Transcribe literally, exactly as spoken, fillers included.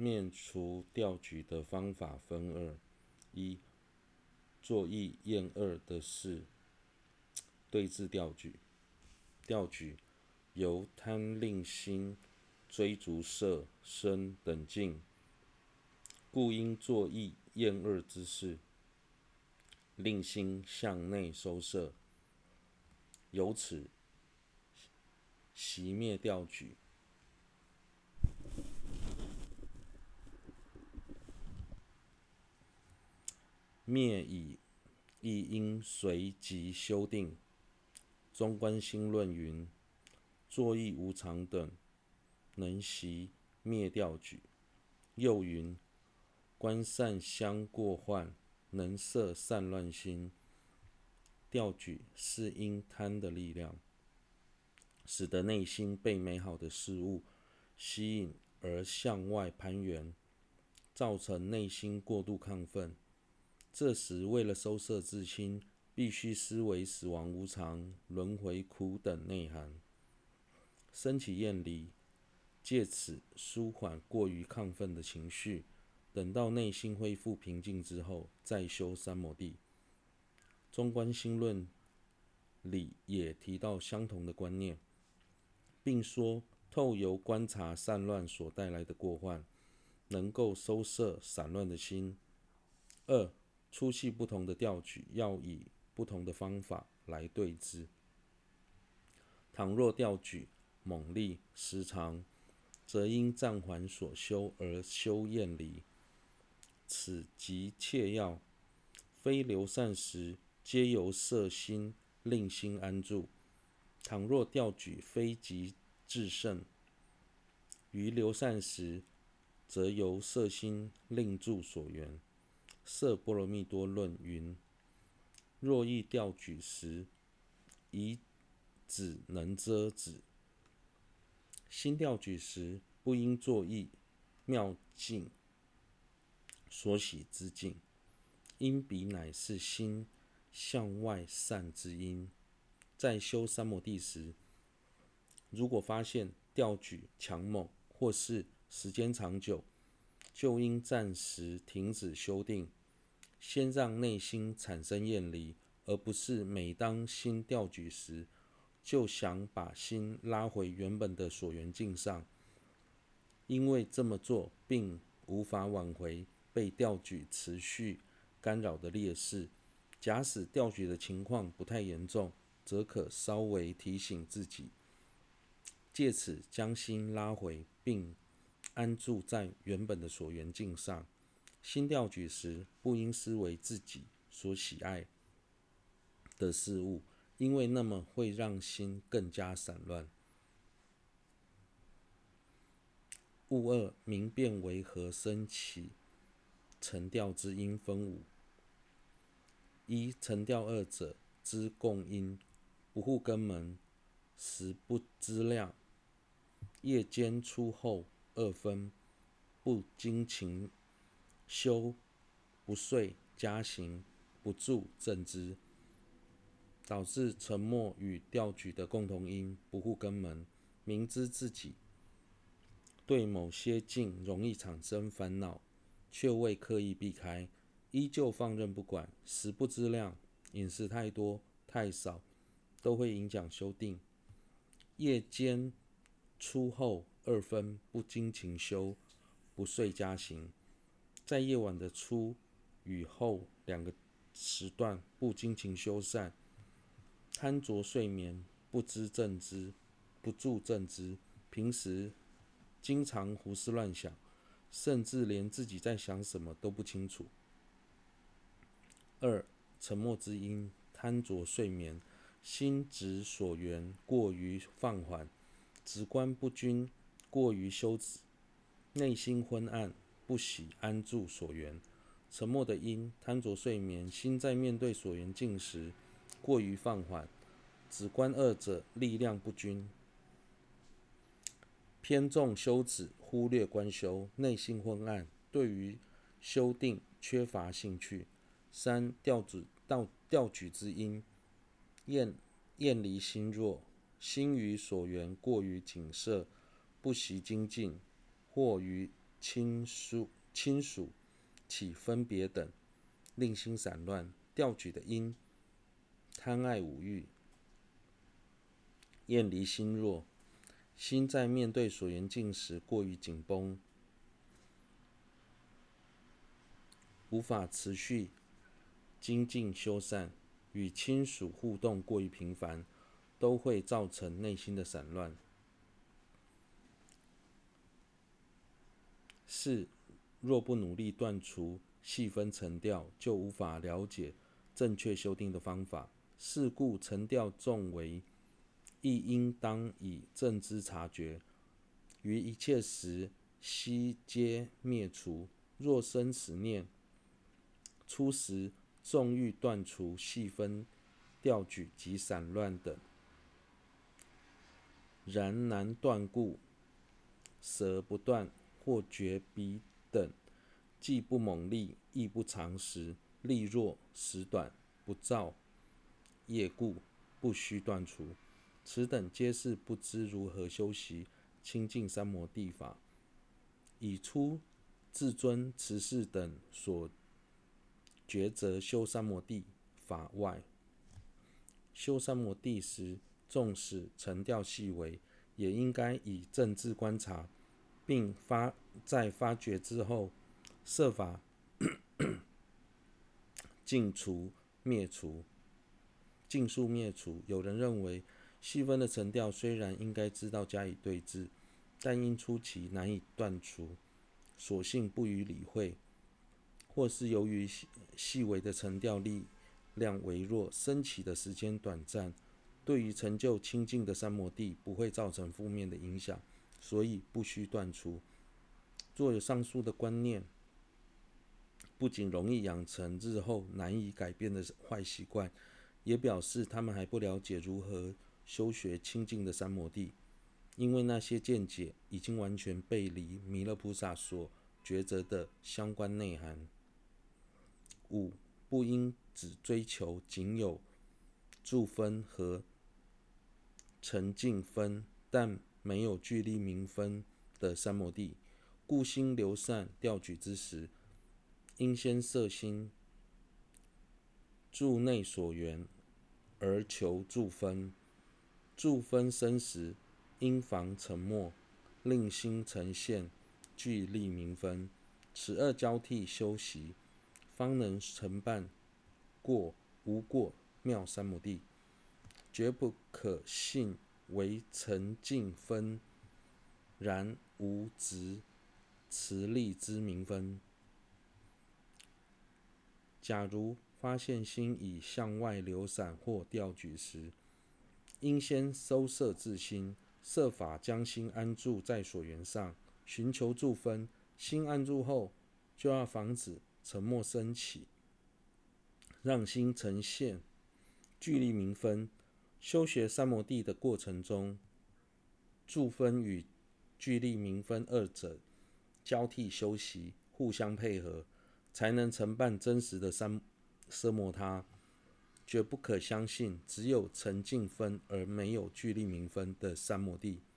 灭除调举的方法分二：一、作意厌恶的事，对治调举。调举由贪令心追逐色、声等境，故应作意厌恶之事，令心向内收摄，由此熄灭调举。灭以亦应随即修订。中观心论云：作意无常等，能熄灭调举。又云：观善相过患，能摄散乱心。调举是因贪的力量，使得内心被美好的事物吸引而向外攀援，造成内心过度亢奋。这时为了收摄自心，必须思维死亡无常、轮回苦等内涵，升起厌离，借此舒缓过于亢奋的情绪。等到内心恢复平静之后，再修三摩地。中观心论里也提到相同的观念，并说透由观察散乱所带来的过患，能够收摄散乱的心。二、粗细不同的调举，要以不同的方法来对治。倘若调举猛烈时长，则应暂缓所修而修厌离，此即切要。非流散时，皆由摄心令心安住。倘若调举非极至胜，于流散时，则由摄心令住所缘。摄波罗蜜多论云：若欲调举时，以止能遮止。心调举时，不应作意妙境所喜之境，因彼乃是心向外散之因。在修三摩地时，如果发现调举强猛或是时间长久，就应暂时停止修订，先让内心产生厌离，而不是每当心调举时，就想把心拉回原本的所缘境上，因为这么做并无法挽回被调举持续干扰的劣势。假使调举的情况不太严重，则可稍微提醒自己，借此将心拉回，并安住在原本的所缘境上。心调举时，不应思维自己所喜爱的事物，因为那么会让心更加散乱。物二：明辨为何生起沉调之因分五：一、沉调二者之共因，不护根门，时不知量，夜间出后二分，不精勤修，不遂加行，不住正知，导致沉默与调举的共同因，不护根门，明知自己对某些境容易产生烦恼，却未刻意避开，依旧放任不管，时不知量，饮食太多太少都会影响修订。夜间出后二分，不精勤修，不遂加行，在夜晚的初与后两个时段不精勤修善，贪着睡眠，不知正知，不住正知，平时经常胡思乱想，甚至连自己在想什么都不清楚。二、沉默之因，贪着睡眠，心执所缘过于放缓，止观不均，过于修止，内心昏暗，不喜安住所缘。沉默的因，贪着睡眠，心在面对所缘境时过于放缓，止观二者力量不均，偏重修止，忽略观修，内心昏暗，对于修订缺乏兴趣。三、调举调举之因，厌厌离心弱，心于所缘过于紧摄，不习精进，或于亲属亲属起分别等，令心散乱。调举的因，贪爱五欲，厌离心弱，心在面对所缘境时过于紧绷，无法持续精进修善，与亲属互动过于频繁，都会造成内心的散乱。四，若不努力断除细分沉调，就无法了解正确修订的方法。是故沉调重为，亦应当以正知察觉，于一切时悉皆灭除。若生此念，初时纵欲断除细分调举及散乱等，然难断故，舌不断或觉鼻等，既不猛力，亦不常时，力弱时短，不照业故，不须断除。此等皆是不知如何修习清净三摩地法，以出至尊持世等所抉择修三摩地法外。修三摩地时，纵使沉调细微，也应该以正智观察，并发在发觉之后，设法尽除灭除，尽数灭除。有人认为，细分的沉调虽然应该知道加以对治，但因初期难以断除，索性不予理会，或是由于细微的沉调力量微弱，升起的时间短暂，对于成就清净的三摩地不会造成负面的影响，所以不需断除。若有上述的观念，不仅容易养成日后难以改变的坏习惯，也表示他们还不了解如何修学清净的三摩地，因为那些见解已经完全背离弥勒菩萨所抉择的相关内涵。五，不应只追求仅有住分和沉静分，但没有聚力明分的三摩地。故心流散调举之时，应先摄心住内所缘，而求住分。住分生时，应防沉默，令心呈现聚力明分。此二交替修习，方能承办过无过妙三摩地。绝不可信为沉静分，然无执持力之明分。假如发现心已向外流散或调举时，应先收摄自心，设法将心安住在所缘上，寻求住分。心安住后，就要防止沉默升起，让心呈现聚力明分。修学三摩地的过程中，住分与聚力明分二者交替修习，互相配合，才能承办真实的三奢摩他。绝不可相信只有沉静分而没有聚力明分的三摩地。